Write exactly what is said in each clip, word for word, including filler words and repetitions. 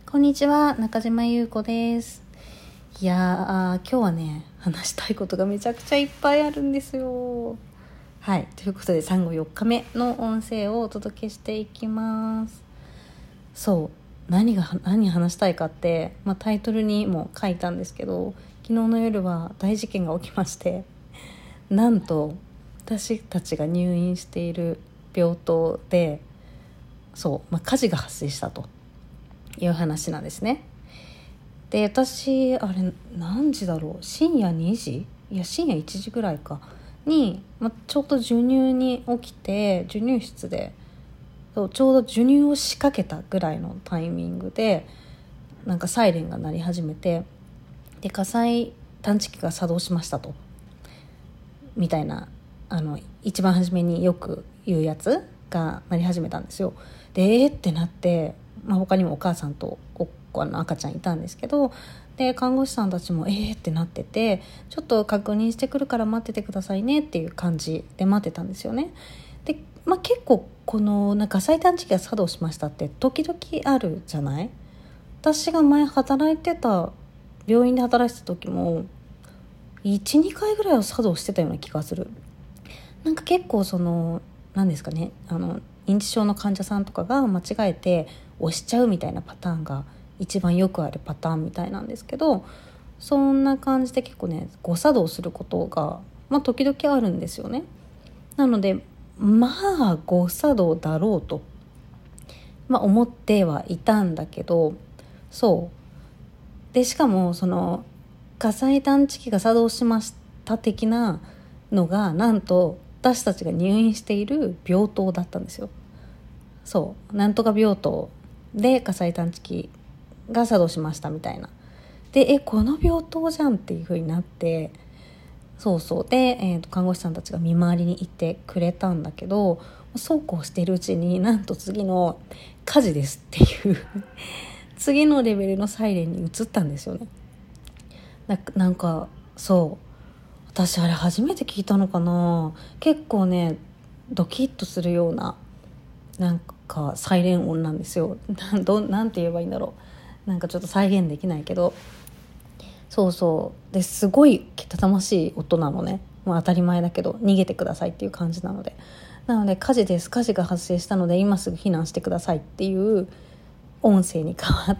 こんにちは、中島優子です。いやー、今日はね、話したいことがめちゃくちゃいっぱいあるんですよ。はい、ということで産後よっかめの音声をお届けしていきます。そう何が何話したいかって、まあ、タイトルにも書いたんですけど、昨日の夜は大事件が起きまして、なんと私たちが入院している病棟でそう、まあ、火事が発生したという話なんですね。で、私あれ何時だろう、深夜にじいや深夜いちじぐらいかに、ま、ちょうど授乳に起きて、授乳室でそうちょうど授乳を仕掛けたぐらいのタイミングでなんかサイレンが鳴り始めて、で火災探知機が作動しましたとみたいな、あの一番初めによく言うやつが鳴り始めたんですよ。でえーってなって、まあ、他にもお母さんとおあの赤ちゃんいたんですけど、で看護師さんたちもえーってなってて、ちょっと確認してくるから待っててくださいねっていう感じで待ってたんですよね。で、まあ、結構このなんか火災探知機が作動しましたって時々あるじゃない。私が前働いてた病院で働いてた時も いち,に 回ぐらいは作動してたような気がする。なんか結構その何ですかね、あの認知症の患者さんとかが間違えて押しちゃうみたいなパターンが一番よくあるパターンみたいなんですけど、そんな感じで結構ね誤作動することが、まあ、時々あるんですよね。なのでまあ誤作動だろうと、まあ、思ってはいたんだけど、そうでしかもその火災探知機が作動しました的なのがなんと私たちが入院している病棟だったんですよ。そうなんとか病棟で火災探知機が作動しましたみたいな。でえこの病棟じゃんっていう風になって、そうそうで、えー、と看護師さんたちが見回りに行ってくれたんだけど、そうこうしているうちになんと次の火事ですっていう次のレベルのサイレンに移ったんですよね。な, なんかそう私あれ初めて聞いたのかな。結構ねドキッとするようななんかサイレン音なんですよ。なんどなんて言えばいいんだろう、なんかちょっと再現できないけど、そうそうですごいけたたましい音なのね。もう当たり前だけど逃げてくださいっていう感じなので、なので火事です、火事が発生したので今すぐ避難してくださいっていう音声に変わって、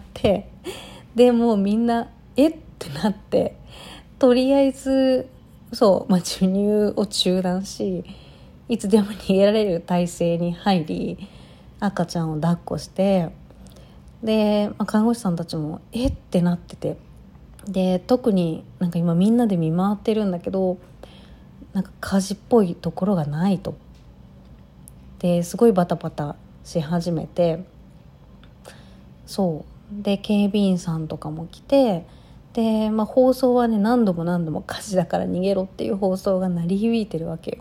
でもうみんなえってなって、とりあえずそう、まあ、授乳を中断し、いつでも逃げられる体制に入り赤ちゃんを抱っこして、で、まあ、看護師さんたちもえってなってて、で特になんか今みんなで見回ってるんだけど、なんか火事っぽいところがないと。ですごいバタバタし始めて、そうで警備員さんとかも来て、で、まあ、放送はね何度も何度も火事だから逃げろっていう放送が鳴り響いてるわけよ。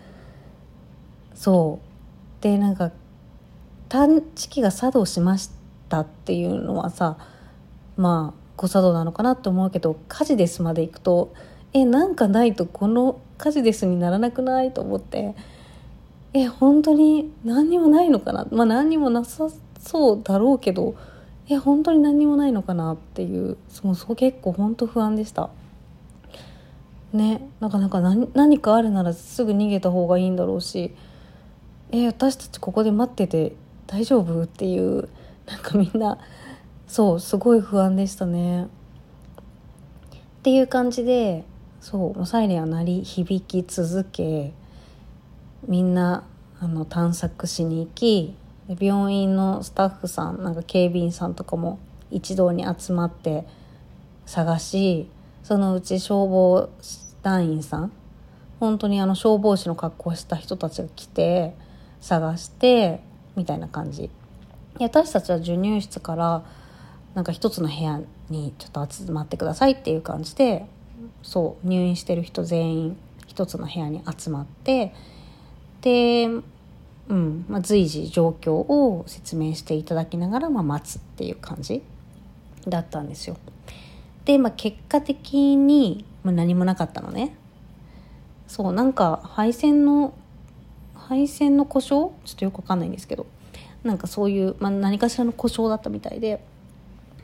そうでなんか探知機が作動しましたっていうのはさ、まあ誤作動なのかなって思うけど、火事ですまで行くとえなんかないとこの火事ですにならなくないと思って、え本当に何にもないのかな、まあ何にもなさそうだろうけど、え本当に何にもないのかなっていう、そうそう結構本当不安でしたね。なかなか 何, 何かあるならすぐ逃げた方がいいんだろうし、え私たちここで待ってて大丈夫っていう、なんかみんなそうすごい不安でしたねっていう感じで、そうサイレンは鳴り響き続け、みんなあの探索しに行き、病院のスタッフさんなんか警備員さんとかも一堂に集まって探し、そのうち消防団員さん、本当にあの消防士の格好をした人たちが来て探してみたいな感じで、私たちは授乳室からなんか一つの部屋にちょっと集まってくださいっていう感じで、そう入院してる人全員一つの部屋に集まって、で、うんまあ、随時状況を説明していただきながら、まあ、待つっていう感じだったんですよ。で、まあ、結果的に、まあ、何もなかったのね。そうなんか配線の配線の故障ちょっとよくわかんないんですけど、なんかそういう、まあ、何かしらの故障だったみたいで、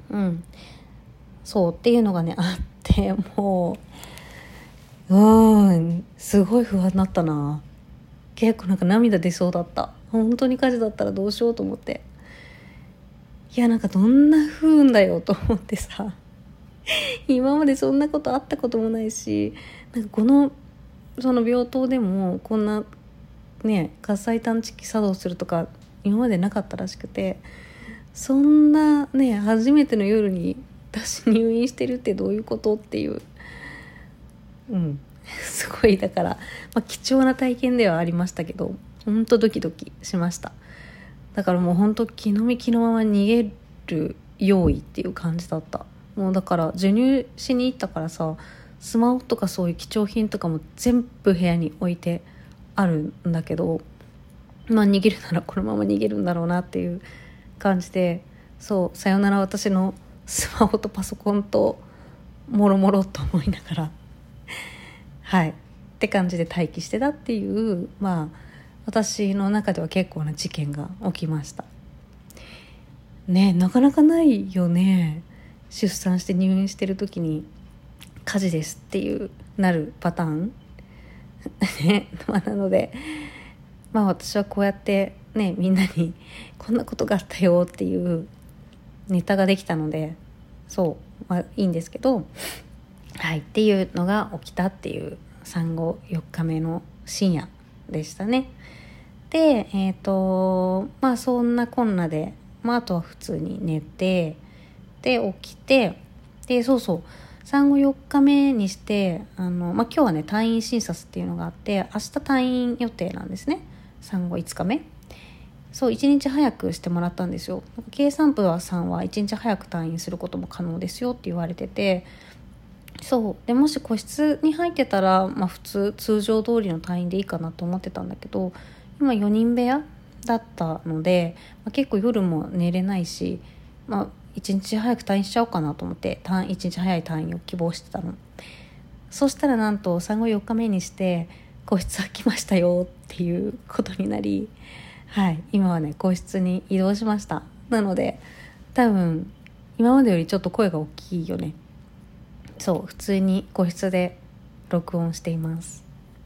うんそうっていうのがねあって、もううーんすごい不安になったな。結構なんか涙出そうだった。本当に火事だったらどうしようと思って、いやなんかどんな不運だよと思ってさ今までそんなことあったこともないし、なんかこのその病棟でもこんなね火災探知機作動するとか今までなかったらしくて、そんなね初めての夜に私入院してるってどういうことっていう、うんすごいだから、まあ、貴重な体験ではありましたけど、ほんとドキドキしました。だからもうほんと気の身気のまま逃げる用意っていう感じだった。もうだから授乳しに行ったからさ、スマホとかそういう貴重品とかも全部部屋に置いてあるんだけど、まあ逃げるならこのまま逃げるんだろうなっていう感じで、そうさよなら私のスマホとパソコンともろもろと思いながらはいって感じで待機してたっていう、まあ私の中では結構な事件が起きましたね。なかなかないよね。出産して入院してる時に火事ですっていうなるパターンね、まあ、なのでまあ私はこうやってねみんなにこんなことがあったよっていうネタができたので、そうまあいいんですけど、はいっていうのが起きたっていう産後よっかめの深夜でしたね。でえっとまあそんなこんなで、まあ、あとは普通に寝てで起きて、でそうそう産後よっかめにしてあの、まあ、今日はね退院診察っていうのがあって、明日退院予定なんですね。産後いつかめ、そういちにち早くしてもらったんですよ。経産婦さんはいちにち早く退院することも可能ですよって言われてて、そうでもし個室に入ってたら、まあ、普通通常通りの退院でいいかなと思ってたんだけど、今よにん部屋だったので、まあ、結構夜も寝れないし、まあ、いちにち早く退院しちゃおうかなと思っていちにち早い退院を希望してたの。そしたらなんと産後よっかめにして個室空きましたよっていうことになり、はい、今はね個室に移動しました。なので多分今までよりちょっと声が大きいよね。そう普通に個室で録音しています。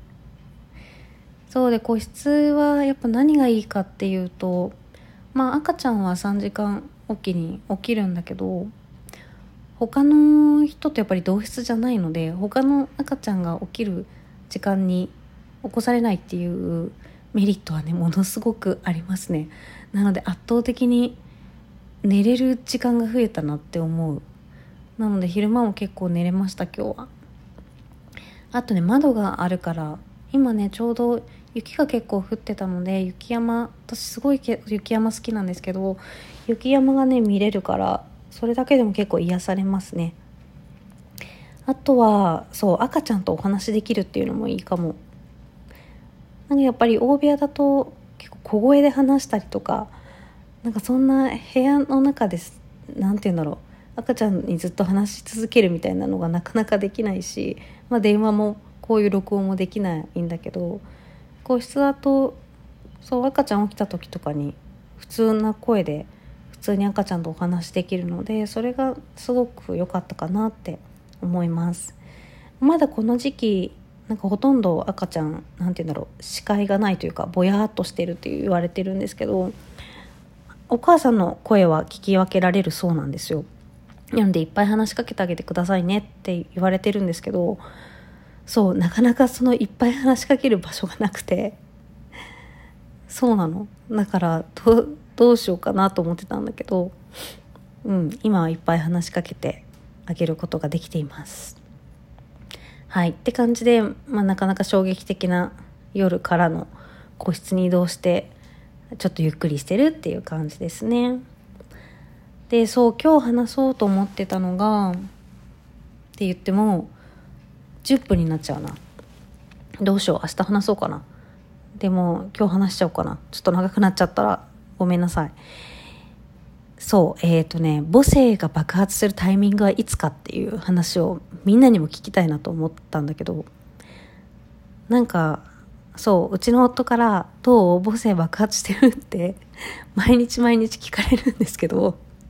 そうで個室はやっぱ何がいいかっていうと、まあ赤ちゃんはさんじかんおきに起きるんだけど、他の人とやっぱり同室じゃないので、他の赤ちゃんが起きる時間に起こされないっていうメリットはねものすごくありますね。なので圧倒的に寝れる時間が増えたなって思う。なので昼間も結構寝れました今日は。あとね窓があるから今ねちょうど雪が結構降ってたので、雪山私すごい雪山好きなんですけど、雪山がね見れるからそれだけでも結構癒されますね。あとはそう赤ちゃんとお話できるっていうのもいいかも。なんかやっぱり大部屋だと結構小声で話したりとか、なんかそんな部屋の中ですなんて言うんだろう、赤ちゃんにずっと話し続けるみたいなのがなかなかできないし、まあ、電話もこういう録音もできないんだけど、個室だとそう赤ちゃん起きた時とかに普通な声で普通に赤ちゃんとお話できるので、それがすごく良かったかなって思います。まだこの時期なんかほとんど赤ちゃんなんて言うんだろう視界がないというかぼやっとしてるって言われてるんですけど、お母さんの声は聞き分けられるそうなんですよ。なのでいっぱい話しかけてあげてくださいねって言われてるんですけど、そうなかなかそのいっぱい話しかける場所がなくて、そうなのだからど う, どうしようかなと思ってたんだけど、うん、今はいっぱい話しかけてあげることができています。はいって感じで、まあ、なかなか衝撃的な夜からの個室に移動してちょっとゆっくりしてるっていう感じですね。でそう今日話そうと思ってたのがって言ってもじゅっぷんになっちゃうな。どうしよう明日話そうかな。でも今日話しちゃおうかな。ちょっと長くなっちゃったらごめんなさい。そうえーとね母性が爆発するタイミングはいつかっていう話をみんなにも聞きたいなと思ったんだけど、なんかそううちの夫からどう母性爆発してるって毎日毎日聞かれるんですけど、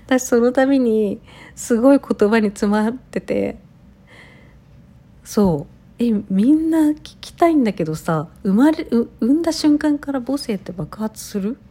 私その度にすごい言葉に詰まってて、そうえみんな聞きたいんだけどさ、生まれう産んだ瞬間から母性って爆発する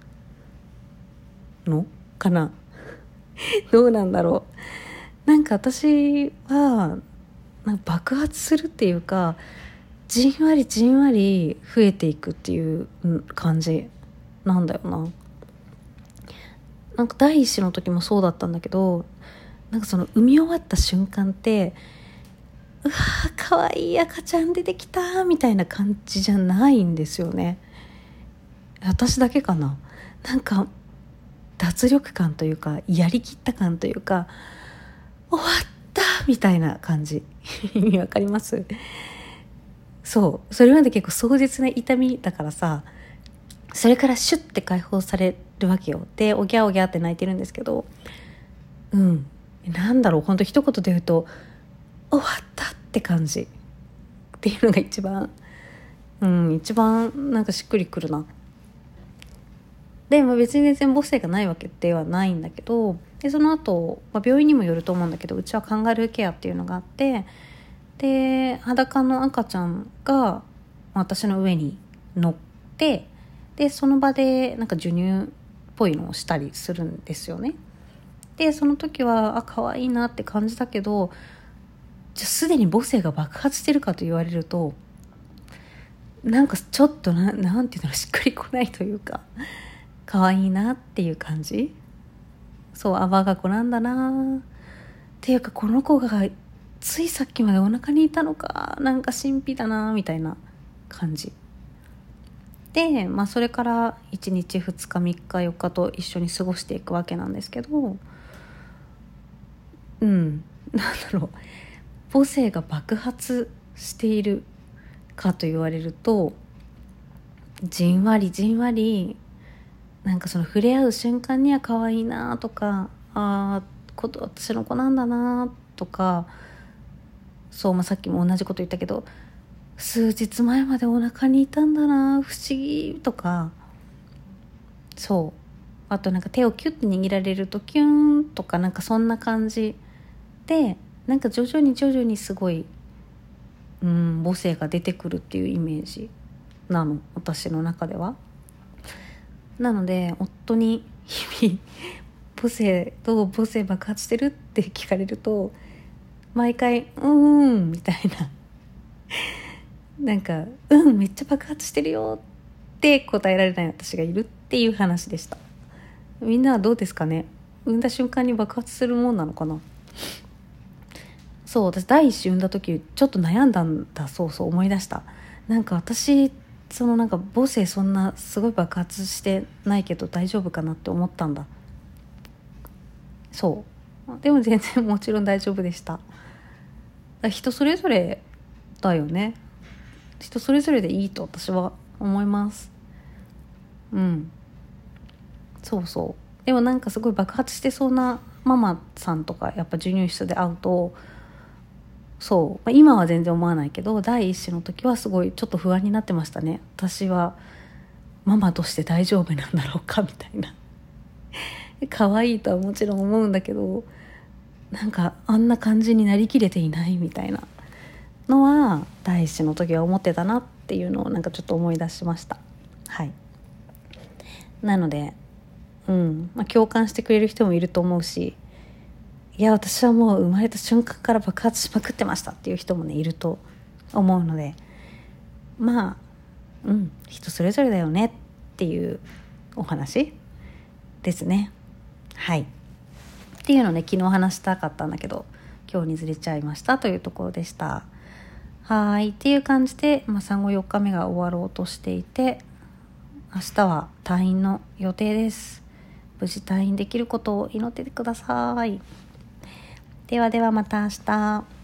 のかなどうなんだろう。なんか私はなんか爆発するっていうか、じんわりじんわり増えていくっていう感じなんだよな。なんか第一子の時もそうだったんだけど、なんかその産み終わった瞬間って、うわーかわいい赤ちゃん出てきたみたいな感じじゃないんですよね。私だけかな。なんか脱力感というか、やりきった感というか、終わったみたいな感じわかります？そうそれまで結構壮絶な痛みだからさ、それからシュッて解放されるわけよ。でおぎゃおぎゃって泣いてるんですけど、うんなんだろう、本当一言で言うと終わったって感じっていうのが一番うん一番なんかしっくりくるな。でも別に全然母性がないわけではないんだけど、でその後、まあ、病院にもよると思うんだけど、うちはカンガルーケアっていうのがあって、で裸の赤ちゃんが私の上に乗って、でその場でなんか授乳っぽいのをしたりするんですよね。でその時はあ可愛いなって感じたけど、じゃすでに母性が爆発してるかと言われると、なんかちょっと な, なんていうのしっくりこないというか、可愛いなっていう感じ。そうあ我が子なんだなっていうか、この子がついさっきまでお腹にいたのか、なんか神秘だなみたいな感じで、まあそれからいちにちふつかみっかよっかと一緒に過ごしていくわけなんですけど、うんなんだろう、母性が爆発しているかと言われると、じんわりじんわり、なんかその触れ合う瞬間には可愛いなとか、ああ私の子なんだなとか、そう、まあ、さっきも同じこと言ったけど、数日前までお腹にいたんだな不思議とか、そうあとなんか手をキュッて握られるとキューンとか、なんかそんな感じで、なんか徐々に徐々にすごい、うん、母性が出てくるっていうイメージなの、私の中では。なので夫に日々母性どう母性爆発してるって聞かれると、毎回うーんみたいななんかうんめっちゃ爆発してるよって答えられない私がいるっていう話でした。みんなはどうですかね。産んだ瞬間に爆発するもんなのかな。そう私第一子産んだ時ちょっと悩んだんだ。そうそう思い出した。なんか私そのなんか母性そんなすごい爆発してないけど大丈夫かなって思ったんだ。そうでも全然もちろん大丈夫でした。人それぞれだよね。人それぞれでいいと私は思います。うんそうそう。でもなんかすごい爆発してそうなママさんとかやっぱ授乳室で会うと、そう、まあ、今は全然思わないけど、第一子の時はすごいちょっと不安になってましたね。私はママとして大丈夫なんだろうかみたいな可愛いとはもちろん思うんだけど、なんかあんな感じになりきれていないみたいなのは第一子の時は思ってたなっていうのをなんかちょっと思い出しました。はい。なのでうんまあ、共感してくれる人もいると思うし、いや私はもう生まれた瞬間から爆発しまくってましたっていう人もねいると思うので、まあうん人それぞれだよねっていうお話ですね。はいっていうのね昨日話したかったんだけど今日にずれちゃいましたというところでした。はいっていう感じで、まあ、産後よっかめが終わろうとしていて、明日は退院の予定です。無事退院できることを祈っててください。ではではまた明日。